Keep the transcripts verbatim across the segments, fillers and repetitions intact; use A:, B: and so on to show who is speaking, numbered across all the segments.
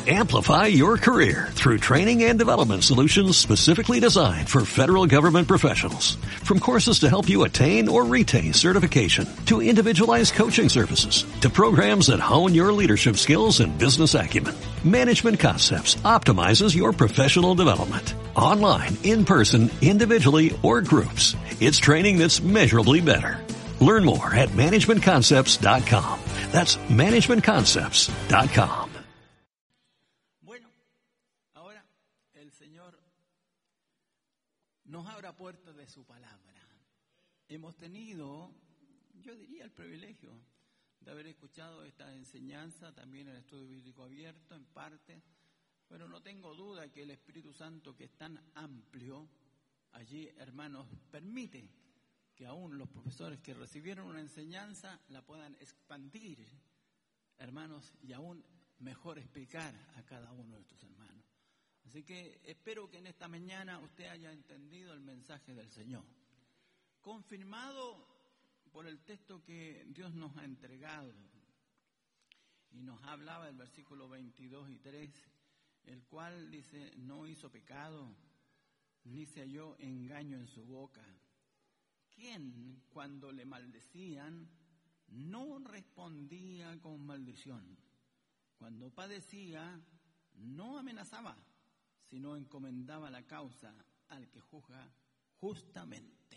A: Amplify your career through training and development solutions specifically designed for federal government professionals. From courses to help you attain or retain certification, to individualized coaching services, to programs that hone your leadership skills and business acumen, Management Concepts optimizes your professional development. Online, in person, individually, or groups, it's training that's measurably better. Learn more at management concepts dot com. That's management concepts dot com.
B: Nos abra puertas de su palabra. Hemos tenido, yo diría, el privilegio de haber escuchado esta enseñanza también en el estudio bíblico abierto, en parte, pero no tengo duda que el Espíritu Santo, que es tan amplio, allí, hermanos, permite que aún los profesores que recibieron una enseñanza la puedan expandir, hermanos, y aún mejor explicar a cada uno de nuestros hermanos. Así que espero que en esta mañana usted haya entendido el mensaje del Señor, confirmado por el texto que Dios nos ha entregado. Y nos hablaba el versículo veintidós y tres, el cual dice, no hizo pecado, ni se halló engaño en su boca. ¿Quién, cuando le maldecían, no respondía con maldición? Cuando padecía, no amenazaba, sino encomendaba la causa al que juzga justamente.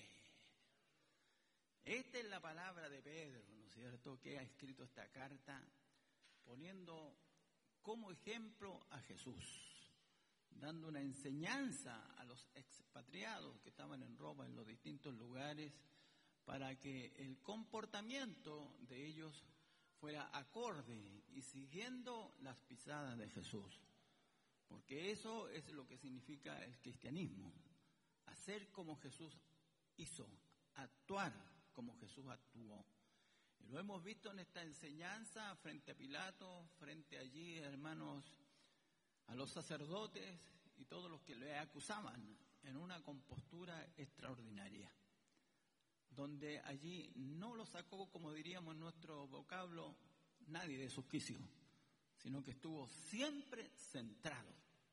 B: Esta es la palabra de Pedro, ¿no es cierto?, que ha escrito esta carta poniendo como ejemplo a Jesús, dando una enseñanza a los expatriados que estaban en Roma, en los distintos lugares, para que el comportamiento de ellos fuera acorde y siguiendo las pisadas de Jesús. Porque eso es lo que significa el cristianismo, hacer como Jesús hizo, actuar como Jesús actuó. Y lo hemos visto en esta enseñanza frente a Pilato, frente allí, hermanos, a los sacerdotes y todos los que le acusaban, en una compostura extraordinaria, donde allí no lo sacó, como diríamos en nuestro vocablo, nadie de su quicio, sino que estuvo siempre centrado,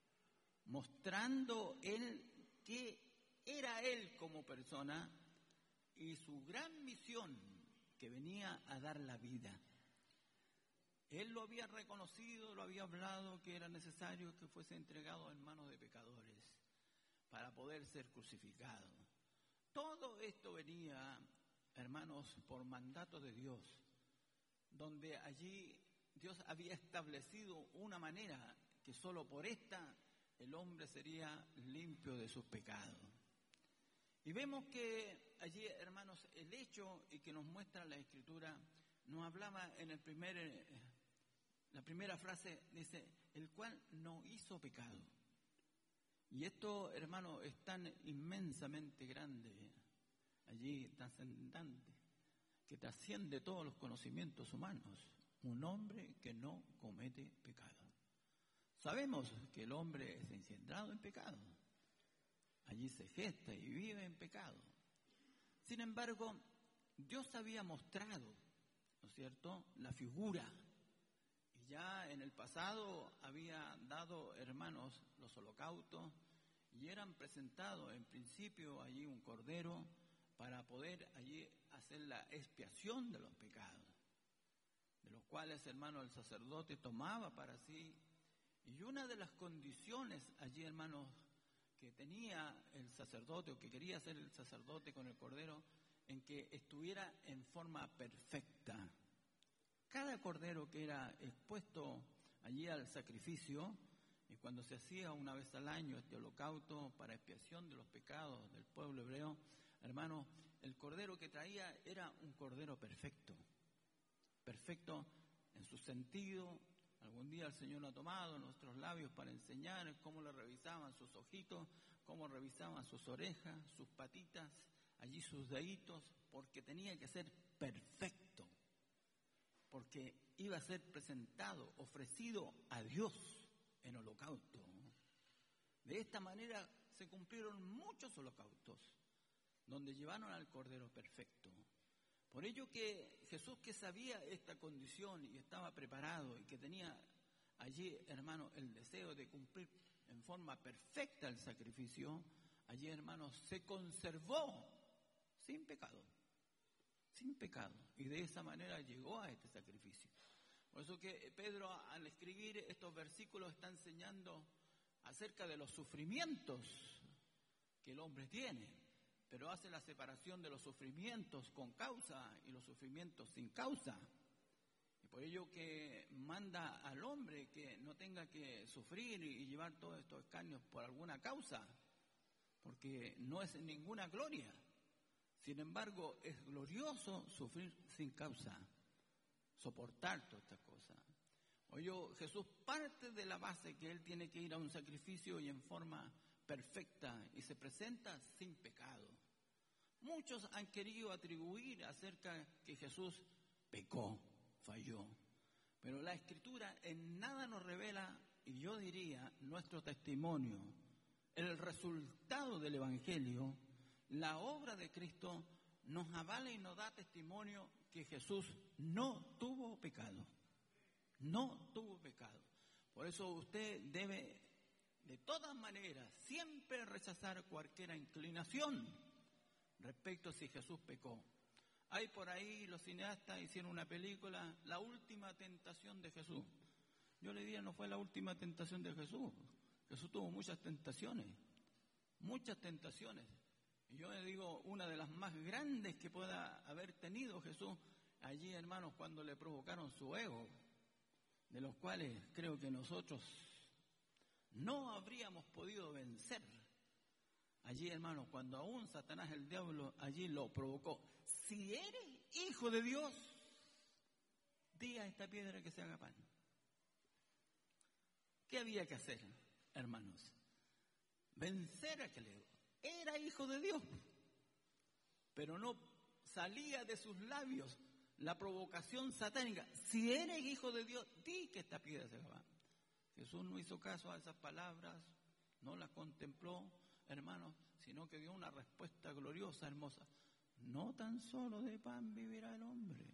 B: mostrando él que era él como persona y su gran misión, que venía a dar la vida. Él lo había reconocido, lo había hablado, que era necesario que fuese entregado en manos de pecadores para poder ser crucificado. Todo esto venía, hermanos, por mandato de Dios, donde allí Dios había establecido una manera que solo por esta el hombre sería limpio de sus pecados. Y vemos que allí, hermanos, el hecho y que nos muestra la Escritura, nos hablaba en el primer, eh, la primera frase, dice, el cual no hizo pecado. Y esto, hermano, es tan inmensamente grande, allí trascendente, que trasciende todos los conocimientos humanos. Un hombre que no comete pecado. Sabemos que el hombre es engendrado en pecado. Allí se gesta y vive en pecado. Sin embargo, Dios había mostrado, ¿no es cierto?, la figura. Y ya en el pasado había dado, hermanos, los holocaustos y eran presentados en principio allí un cordero para poder allí hacer la expiación de los pecados, de los cuales, hermano, el sacerdote tomaba para sí. Y una de las condiciones allí, hermanos, que tenía el sacerdote, o que quería hacer el sacerdote con el cordero, en que estuviera en forma perfecta. Cada cordero que era expuesto allí al sacrificio, y cuando se hacía una vez al año este holocausto para expiación de los pecados del pueblo hebreo, hermano, el cordero que traía era un cordero perfecto. Perfecto en su sentido. Algún día el Señor lo ha tomado en nuestros labios para enseñar cómo le revisaban sus ojitos, cómo revisaban sus orejas, sus patitas, allí sus deditos, porque tenía que ser perfecto, porque iba a ser presentado, ofrecido a Dios en holocausto. De esta manera se cumplieron muchos holocaustos, donde llevaron al Cordero perfecto. Por ello que Jesús, que sabía esta condición y estaba preparado y que tenía allí, hermano, el deseo de cumplir en forma perfecta el sacrificio, allí, hermano, se conservó sin pecado, sin pecado. Y de esa manera llegó a este sacrificio. Por eso que Pedro, al escribir estos versículos, está enseñando acerca de los sufrimientos que el hombre tiene, pero hace la separación de los sufrimientos con causa y los sufrimientos sin causa. Y por ello que manda al hombre que no tenga que sufrir y llevar todos estos escarnios por alguna causa, porque no es ninguna gloria. Sin embargo, es glorioso sufrir sin causa, soportar todas estas cosas. Oye, Jesús parte de la base que Él tiene que ir a un sacrificio y en forma perfecta, y se presenta sin pecado. Muchos han querido atribuir acerca que Jesús pecó, falló, pero la Escritura en nada nos revela, y yo diría, nuestro testimonio, el resultado del Evangelio, la obra de Cristo, nos avala y nos da testimonio que Jesús no tuvo pecado. No tuvo pecado. Por eso usted debe, de todas maneras, siempre rechazar cualquier inclinación respecto a si Jesús pecó. Hay por ahí, los cineastas hicieron una película, La última tentación de Jesús. Yo le diría, no fue la última tentación de Jesús. Jesús tuvo muchas tentaciones, muchas tentaciones. Y yo le digo, una de las más grandes que pueda haber tenido Jesús, allí, hermanos, cuando le provocaron su ego, de los cuales creo que nosotros no habríamos podido vencer. Allí, hermanos, cuando aún Satanás, el diablo, allí lo provocó. Si eres hijo de Dios, di a esta piedra que se haga pan. ¿Qué había que hacer, hermanos? Vencer a aquel ego. Era hijo de Dios, pero no salía de sus labios la provocación satánica. Si eres hijo de Dios, di que esta piedra se va. Jesús no hizo caso a esas palabras, no las contempló, hermanos, sino que dio una respuesta gloriosa, hermosa. No tan solo de pan vivirá el hombre,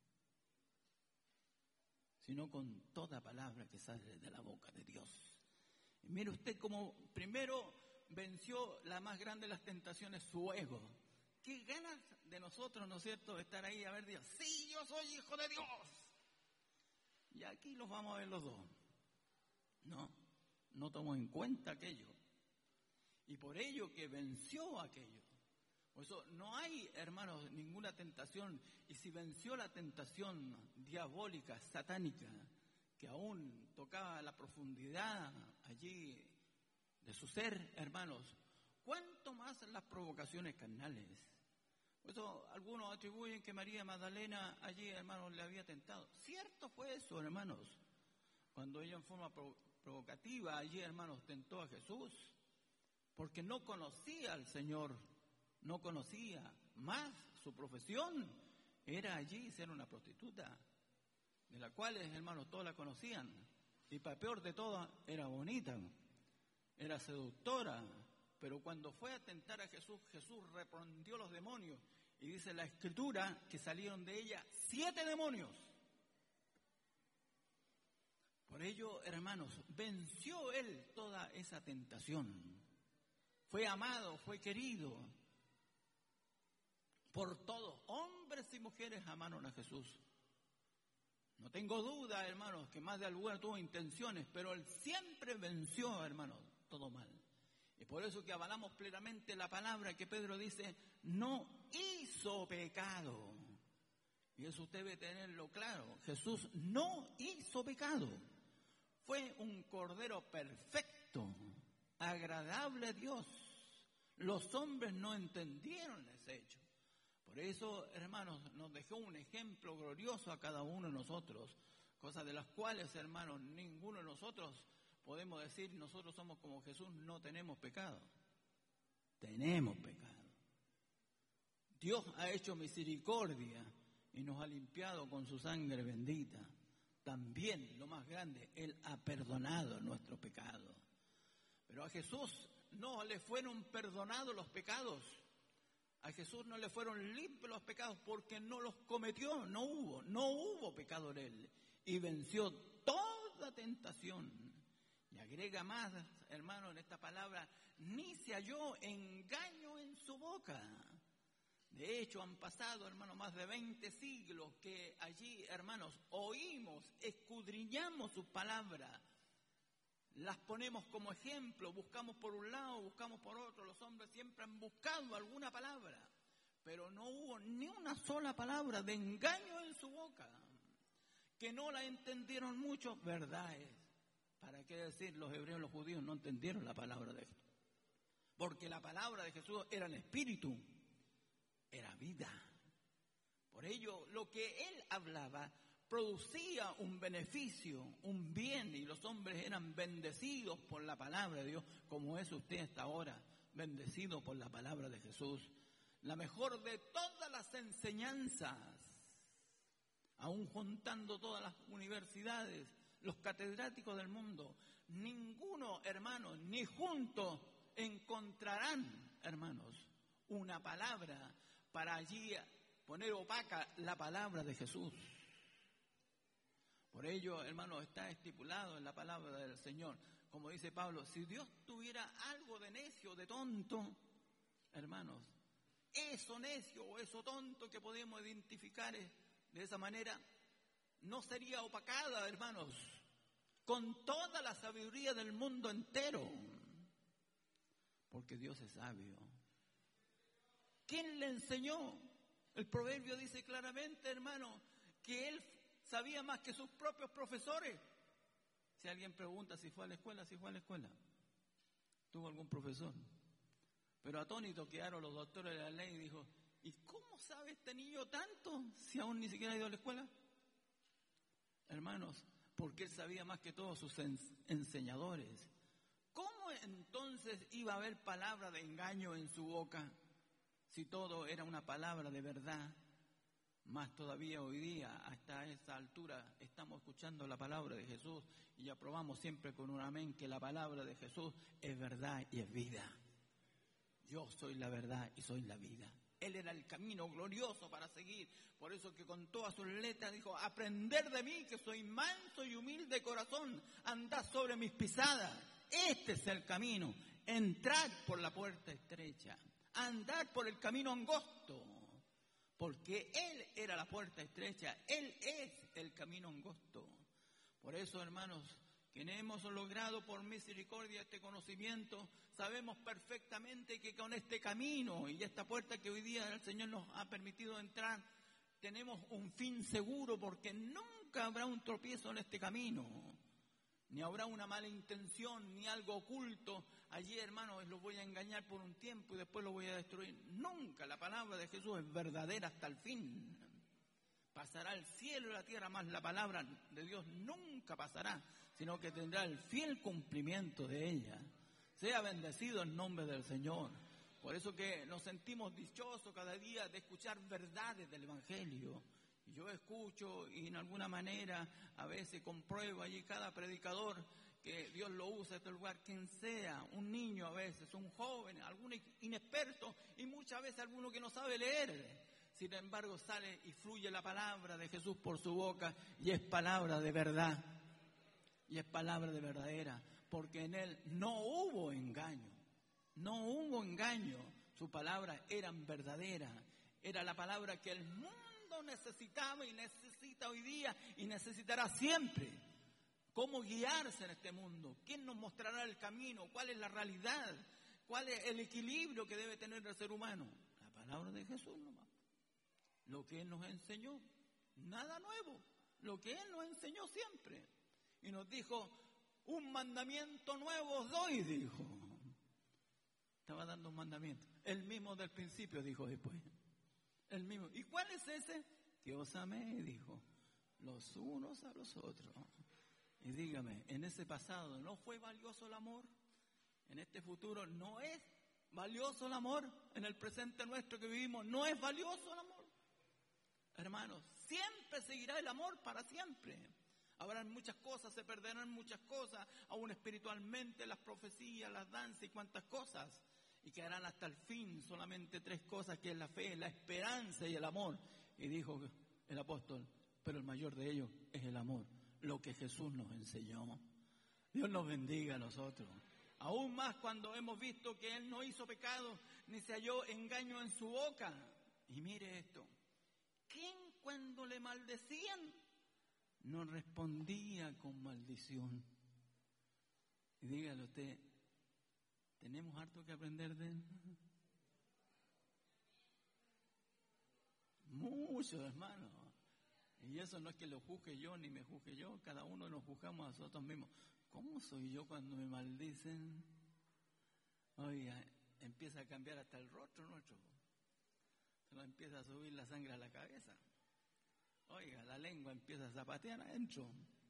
B: sino con toda palabra que sale de la boca de Dios. Y mire usted cómo primero venció la más grande de las tentaciones, su ego. Qué ganas de nosotros, ¿no es cierto?, de estar ahí a ver Dios. Sí, yo soy hijo de Dios. Y aquí los vamos a ver los dos. No, no tomó en cuenta aquello. Y por ello que venció aquello. Por eso no hay, hermanos, ninguna tentación. Y si venció la tentación diabólica, satánica, que aún tocaba la profundidad allí de su ser, hermanos, ¿cuánto más las provocaciones carnales? Por eso algunos atribuyen que María Magdalena allí, hermanos, le había tentado. Cierto fue eso, hermanos. Cuando ella en forma pro- provocativa allí, hermanos, tentó a Jesús, porque no conocía al Señor, no conocía más su profesión. Era allí ser una prostituta, de la cual, hermanos, todos la conocían. Y para peor de todo, era bonita, era seductora. Pero cuando fue a tentar a Jesús, Jesús reprendió los demonios. Y dice la Escritura que salieron de ella siete demonios. Por ello, hermanos, venció él toda esa tentación. Fue amado, fue querido por todos. Hombres y mujeres amaron a Jesús. No tengo duda, hermanos, que más de alguna tuvo intenciones, pero él siempre venció, hermanos, todo mal. Y por eso que avalamos plenamente la palabra que Pedro dice, no hizo pecado. Y eso usted debe tenerlo claro. Jesús no hizo pecado. Fue un cordero perfecto, agradable a Dios. Los hombres no entendieron ese hecho. Por eso, hermanos, nos dejó un ejemplo glorioso a cada uno de nosotros, cosas de las cuales, hermanos, ninguno de nosotros podemos decir, nosotros somos como Jesús, no tenemos pecado. Tenemos pecado. Dios ha hecho misericordia y nos ha limpiado con su sangre bendita. También, lo más grande, Él ha perdonado nuestros pecados. Pero a Jesús no le fueron perdonados los pecados. A Jesús no le fueron limpios los pecados porque no los cometió, no hubo, no hubo pecado en Él. Y venció todas toda tentación. Y agrega más, hermano, en esta palabra, ni se halló engaño en su boca. De hecho, han pasado, hermanos, más de veinte siglos que allí, hermanos, oímos, escudriñamos sus palabras, las ponemos como ejemplo, buscamos por un lado, buscamos por otro. Los hombres siempre han buscado alguna palabra, pero no hubo ni una sola palabra de engaño en su boca. Que no la entendieron muchos, verdad es. ¿Para qué decir? Los hebreos, los judíos no entendieron la palabra de Jesús. Porque la palabra de Jesús era el espíritu, era vida. Por ello, lo que él hablaba producía un beneficio, un bien, y los hombres eran bendecidos por la palabra de Dios, como es usted hasta ahora, bendecido por la palabra de Jesús. La mejor de todas las enseñanzas, aún juntando todas las universidades, los catedráticos del mundo, ninguno, hermanos, ni juntos encontrarán, hermanos, una palabra para allí poner opaca la palabra de Jesús. Por ello, hermanos, está estipulado en la palabra del Señor, como dice Pablo, si Dios tuviera algo de necio, de tonto, hermanos, eso necio o eso tonto que podemos identificar de esa manera, no sería opacada, hermanos, con toda la sabiduría del mundo entero, porque Dios es sabio. ¿Quién le enseñó? El proverbio dice claramente, hermano, que él sabía más que sus propios profesores. Si alguien pregunta si fue a la escuela, si fue a la escuela, tuvo algún profesor. Pero atónito quedaron los doctores de la ley y dijo, ¿y cómo sabe este niño tanto si aún ni siquiera ha ido a la escuela? Hermanos, porque él sabía más que todos sus enseñadores. ¿Cómo entonces iba a haber palabra de engaño en su boca si todo era una palabra de verdad? Más todavía hoy día, hasta esa altura, estamos escuchando la palabra de Jesús y aprobamos siempre con un amén que la palabra de Jesús es verdad y es vida. Yo soy la verdad y soy la vida. Él era el camino glorioso para seguir. Por eso que con todas sus letras dijo, aprender de mí que soy manso y humilde de corazón, andad sobre mis pisadas. Este es el camino. Entrad por la puerta estrecha. Andar por el camino angosto. Porque Él era la puerta estrecha. Él es el camino angosto. Por eso, hermanos, quienes hemos logrado por misericordia este conocimiento, sabemos perfectamente que con este camino y esta puerta que hoy día el Señor nos ha permitido entrar, tenemos un fin seguro, porque nunca habrá un tropiezo en este camino, ni habrá una mala intención, ni algo oculto. Allí, hermanos, los voy a engañar por un tiempo y después los voy a destruir. Nunca. La palabra de Jesús es verdadera hasta el fin. Pasará el cielo y la tierra, más la palabra de Dios nunca pasará, sino que tendrá el fiel cumplimiento de ella. Sea bendecido el nombre del Señor. Por eso que nos sentimos dichosos cada día de escuchar verdades del Evangelio. Yo escucho y en alguna manera a veces compruebo allí cada predicador que Dios lo usa en este lugar, quien sea, un niño a veces, un joven, algún inexperto y muchas veces alguno que no sabe leer. Sin embargo, sale y fluye la palabra de Jesús por su boca y es palabra de verdad. Y es palabra de verdadera, porque en él no hubo engaño. No hubo engaño. Su palabra era verdadera. Era la palabra que el mundo necesitaba y necesita hoy día y necesitará siempre. ¿Cómo guiarse en este mundo? ¿Quién nos mostrará el camino? ¿Cuál es la realidad? ¿Cuál es el equilibrio que debe tener el ser humano? La palabra de Jesús nomás. Lo que Él nos enseñó. Nada nuevo. Lo que Él nos enseñó siempre. Y nos dijo, un mandamiento nuevo os doy, dijo. Estaba dando un mandamiento. El mismo del principio, dijo después. El mismo. ¿Y cuál es ese? Que os amé, dijo, los unos a los otros. Y dígame, en ese pasado ¿no fue valioso el amor? En este futuro ¿no es valioso el amor? En el presente nuestro que vivimos ¿no es valioso el amor? Hermanos, siempre seguirá el amor para siempre. Habrán muchas cosas, se perderán muchas cosas, aún espiritualmente, las profecías, las danzas y cuantas cosas. Y quedarán hasta el fin solamente tres cosas, que es la fe, la esperanza y el amor. Y dijo el apóstol, pero el mayor de ellos es el amor. lo que Jesús nos enseñó. Dios nos bendiga a nosotros. Aún más cuando hemos visto que Él no hizo pecado, ni se halló engaño en su boca. Y mire esto, ¿quién cuando le maldecían no respondía con maldición? Y dígale usted, ¿tenemos harto que aprender de Él? Mucho, hermano. Y eso no es que lo juzgue yo ni me juzgue yo, cada uno nos juzgamos a nosotros mismos. ¿Cómo soy yo cuando me maldicen? Oiga, empieza a cambiar hasta el rostro nuestro. Se nos empieza a subir la sangre a la cabeza. Oiga, la lengua empieza a zapatear adentro.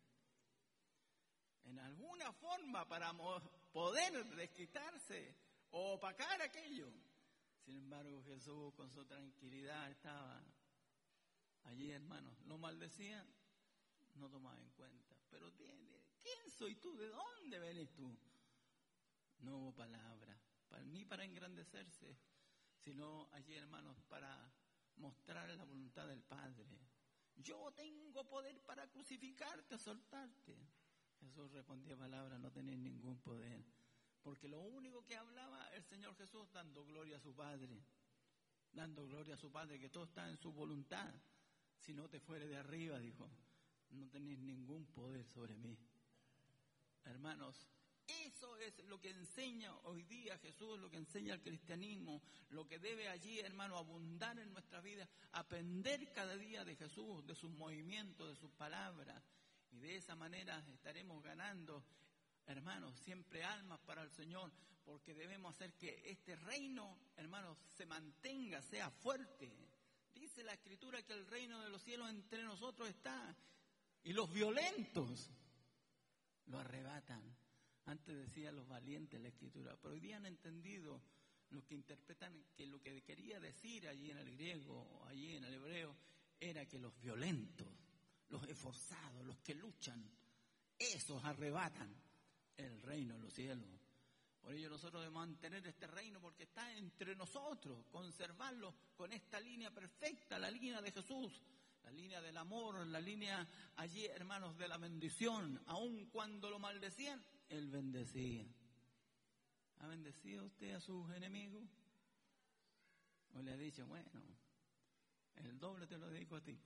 B: En alguna forma para poder desquitarse o opacar aquello. Sin embargo, Jesús con su tranquilidad estaba allí, hermanos. Lo maldecían, no tomaba en cuenta. Pero ¿quién soy tú? ¿De dónde vienes tú? No hubo palabra, para, ni para engrandecerse, sino allí, hermanos, para mostrar la voluntad del Padre. Yo tengo poder para crucificarte, soltarte. Jesús respondía palabras, no tenéis ningún poder. Porque lo único que hablaba el Señor Jesús, dando gloria a su Padre. Dando gloria a su Padre, que todo está en su voluntad. Si no te fuere de arriba, dijo, no tenéis ningún poder sobre mí. Hermanos, eso es lo que enseña hoy día Jesús, lo que enseña el cristianismo, lo que debe allí, hermano, abundar en nuestra vida, aprender cada día de Jesús, de sus movimientos, de sus palabras. Y de esa manera estaremos ganando, hermanos, siempre almas para el Señor, porque debemos hacer que este reino, hermanos, se mantenga, sea fuerte. Dice la Escritura que el reino de los cielos entre nosotros está, y los violentos lo arrebatan. Antes decía los valientes la Escritura, pero hoy día han entendido los que interpretan que lo que quería decir allí en el griego, allí en el hebreo, era que los violentos, los esforzados, los que luchan, esos arrebatan el reino de los cielos. Por ello nosotros debemos mantener este reino porque está entre nosotros, conservarlo con esta línea perfecta, la línea de Jesús, la línea del amor, la línea allí, hermanos, de la bendición. Aun cuando lo maldecían, Él bendecía. ¿Ha bendecido usted a sus enemigos? ¿O le ha dicho, bueno, el doble te lo dedico a ti?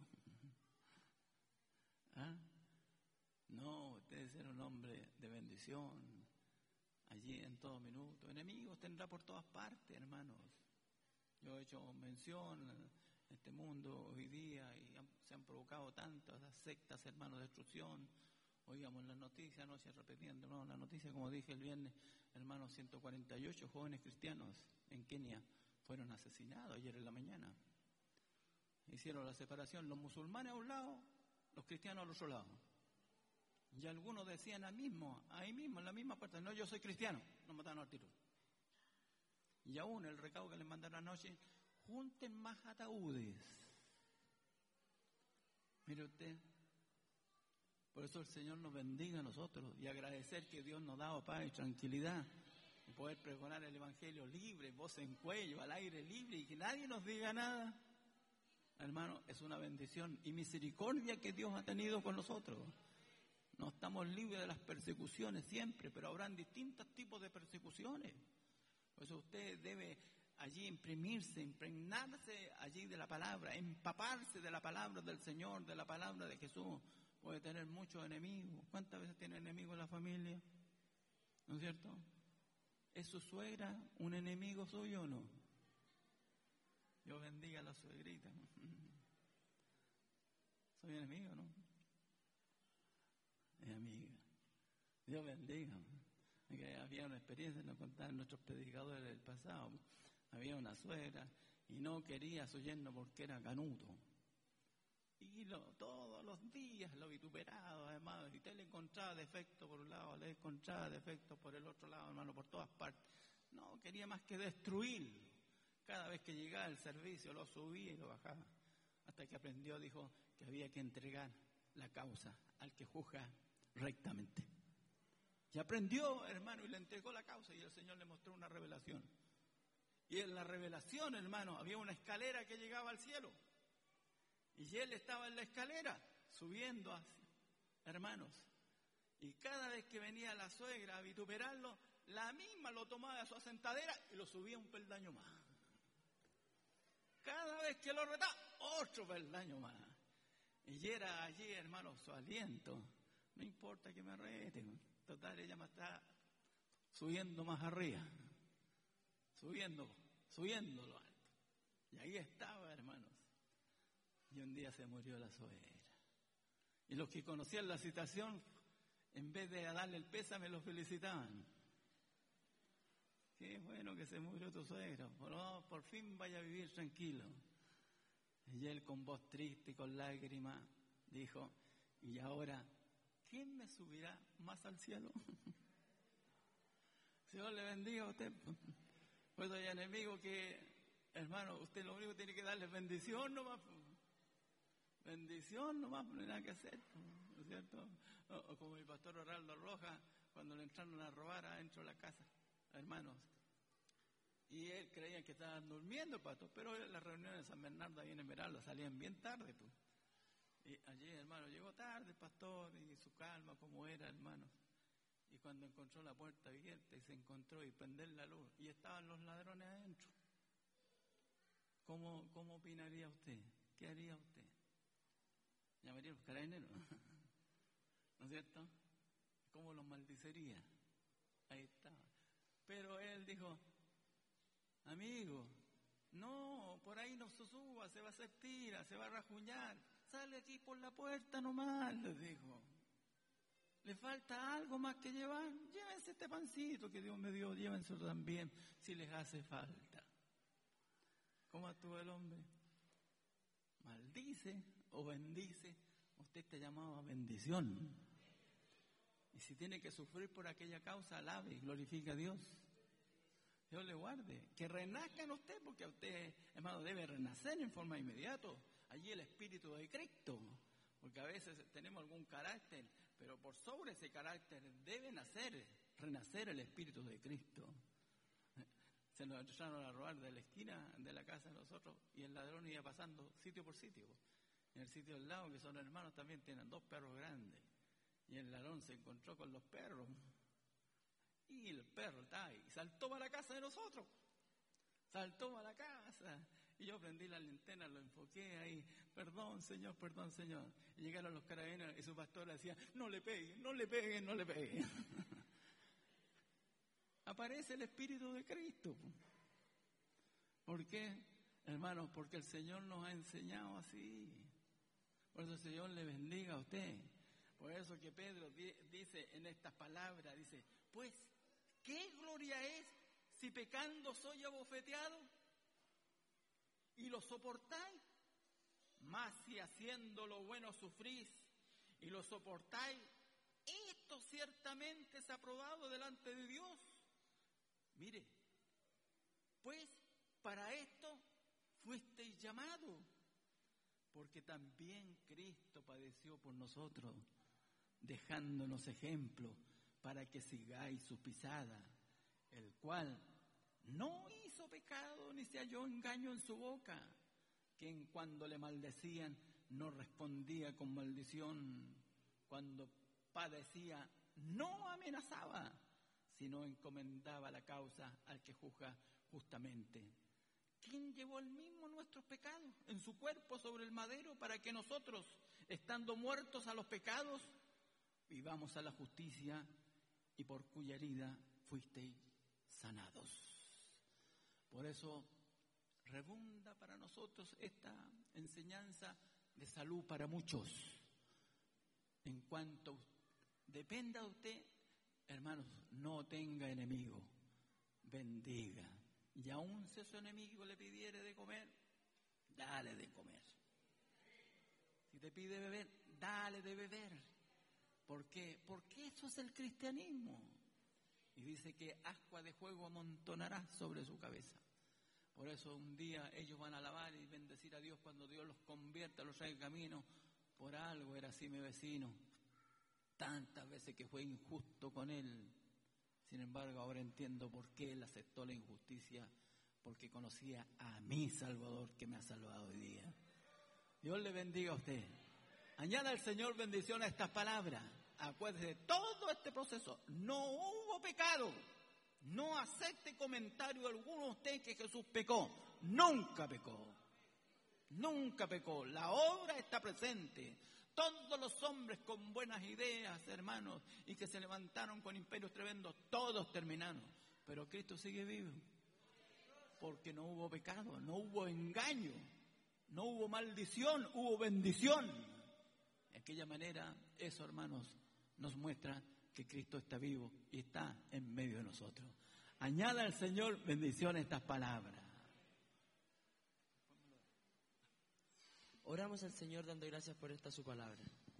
B: ¿Ah? No, usted es ser un hombre de bendición. Allí en todo minuto. Enemigos tendrá por todas partes, hermanos. Yo he hecho mención a este mundo hoy día y han, se han provocado tantas sectas, hermanos, de destrucción. Oígamos las noticias, no se repitiendo, no, la noticia, como dije el viernes, hermanos, ciento cuarenta y ocho jóvenes cristianos en Kenia fueron asesinados ayer en la mañana. Hicieron la separación, los musulmanes a un lado, los cristianos al otro lado. Y algunos decían ahí mismo, ahí mismo, en la misma puerta, no, yo soy cristiano, nos mataron al tiro. Y aún el recado que les mandaron anoche, junten más ataúdes. Mire usted, por eso el Señor nos bendiga a nosotros y agradecer que Dios nos da paz y tranquilidad y poder pregonar el Evangelio libre, voz en cuello, al aire libre y que nadie nos diga nada. Hermano, es una bendición y misericordia que Dios ha tenido con nosotros. No estamos libres de las persecuciones siempre, pero habrán distintos tipos de persecuciones. Por eso usted debe allí imprimirse, impregnarse allí de la palabra, empaparse de la palabra del Señor, de la palabra de Jesús. Puede tener muchos enemigos. ¿Cuántas veces tiene enemigos en la familia? ¿No es cierto? ¿Es su suegra un enemigo suyo o no? Dios bendiga a la suegrita. Soy enemigo, ¿no? Es amiga. Dios bendiga. Había una experiencia, nos contaban nuestros predicadores del pasado. Había una suegra y no quería a su yerno porque era canuto. Y lo, todos los días lo vituperaba, además. Y usted le encontraba defecto por un lado, le encontraba defecto por el otro lado, hermano, por todas partes. No quería más que destruirlo. Cada vez que llegaba el servicio lo subía y lo bajaba. Hasta que aprendió, dijo, que había que entregar la causa al que juzga rectamente. Y aprendió, hermano, y le entregó la causa y el Señor le mostró una revelación. Y en la revelación, hermano, había una escalera que llegaba al cielo. Y él estaba en la escalera, subiendo hacia. hermanos. Y cada vez que venía la suegra a vituperarlo, la misma lo tomaba de su asentadera y lo subía un peldaño más. Cada vez que lo retaba, otro peldaño más. Y era allí, hermanos, su aliento. No importa que me reten, total, ella me está subiendo más arriba. Subiendo, subiendo lo alto. Y ahí estaba, hermanos. Y un día se murió la suegra. Y los que conocían la situación, en vez de darle el pésame, lo felicitaban. Qué bueno que se murió tu suegra. Por, por fin vaya a vivir tranquilo. Y él, con voz triste y con lágrimas, dijo, y ahora, ¿quién me subirá más al cielo? Señor le bendiga a usted. Pues hay enemigos que, hermano, usted lo único que tiene que darle es bendición nomás. Bendición nomás, no hay nada que hacer, ¿no es cierto? O, o como mi pastor Oraldo Rojas, cuando le entraron a robar adentro de la casa, hermanos. Y él creía que estaban durmiendo, pato, pero las reuniones de San Bernardo ahí en Esmeralda salían bien tarde, pues. Y allí, hermano, llegó tarde el pastor y su calma como era, hermanos. Y cuando encontró la puerta abierta y se encontró y prender la luz y estaban los ladrones adentro. ¿Cómo, cómo opinaría usted? ¿Qué haría usted? ¿Llamaría a los carabineros? ¿No es cierto? ¿Cómo los maldicería? Ahí estaba. Pero él dijo, amigo, no, por ahí no se suba, se va a hacer tira, se va a rajuñar. Sale aquí por la puerta nomás, les dijo. ¿Le falta algo más que llevar? Llévense este pancito que Dios me dio, llévenselo también, si les hace falta. ¿Cómo actúa el hombre? Maldice o bendice, usted está llamado a bendición. Y si tiene que sufrir por aquella causa, alabe y glorifique a Dios. Dios le guarde. Que renazca en usted, porque a usted, hermano, debe renacer en forma inmediata. Allí el Espíritu de Cristo. Porque a veces tenemos algún carácter, pero por sobre ese carácter debe nacer, renacer el Espíritu de Cristo. Se nos entraron a robar de la esquina de la casa de nosotros y el ladrón iba pasando sitio por sitio. En el sitio del lado, que son hermanos, también tienen dos perros grandes. Y el ladrón se encontró con los perros. Y el perro está ahí. Saltó para la casa de nosotros. Saltó para la casa. Y yo prendí la linterna, lo enfoqué ahí. Perdón, Señor, perdón, Señor. Y llegaron los carabineros y su pastor decía, no le peguen, no le peguen, no le peguen. Aparece el Espíritu de Cristo. ¿Por qué? Hermanos, porque el Señor nos ha enseñado así. Por eso el Señor le bendiga a usted. Por eso que Pedro di- dice en estas palabras, dice, pues, ¿qué gloria es si pecando soy abofeteado y lo soportáis? Mas si haciendo lo bueno sufrís y lo soportáis, esto ciertamente es aprobado delante de Dios. Mire, pues para esto fuisteis llamados, porque también Cristo padeció por nosotros, dejándonos ejemplo para que sigáis su pisada, el cual no hizo pecado ni se halló engaño en su boca, que en cuando le maldecían no respondía con maldición, cuando padecía no amenazaba, sino encomendaba la causa al que juzga justamente. ¿Quién llevó el mismo nuestros pecados en su cuerpo sobre el madero para que nosotros, estando muertos a los pecados, vivamos a la justicia, y por cuya herida fuisteis sanados? Por eso rebunda para nosotros esta enseñanza de salud para muchos. En cuanto dependa de usted, hermanos, no tenga enemigo, bendiga. Y aún si su enemigo le pidiere de comer, dale de comer. Si te pide beber, dale de beber. ¿Por qué? Porque eso es el cristianismo. Y dice que ascua de fuego amontonará sobre su cabeza. Por eso un día ellos van a alabar y bendecir a Dios cuando Dios los convierta, los trae camino. Por algo era así mi vecino. Tantas veces que fue injusto con él. Sin embargo, ahora entiendo por qué él aceptó la injusticia, porque conocía a mi Salvador que me ha salvado hoy día. Dios le bendiga a usted. Añada el Señor bendición a estas palabras. Acuérdese, todo este proceso, no hubo pecado. No acepte comentario alguno de usted que Jesús pecó. Nunca pecó. Nunca pecó. La obra está presente. Todos los hombres con buenas ideas, hermanos, y que se levantaron con imperios tremendos, todos terminaron. Pero Cristo sigue vivo. Porque no hubo pecado, no hubo engaño, no hubo maldición, hubo bendición. De aquella manera, eso, hermanos, nos muestra que Cristo está vivo y está en medio de nosotros. Añada al Señor bendición a estas palabras.
C: Oramos al Señor dando gracias por esta su palabra.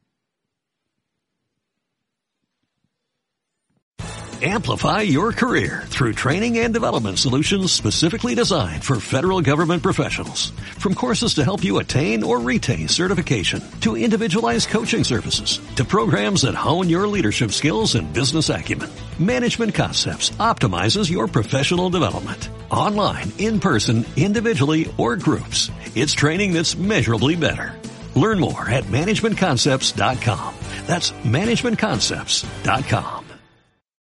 A: Amplify your career through training and development solutions specifically designed for federal government professionals. From courses to help you attain or retain certification, to individualized coaching services, to programs that hone your leadership skills and business acumen, Management Concepts optimizes your professional development. Online, in person, individually, or groups, it's training that's measurably better. Learn more at management concepts dot com. That's management concepts dot com.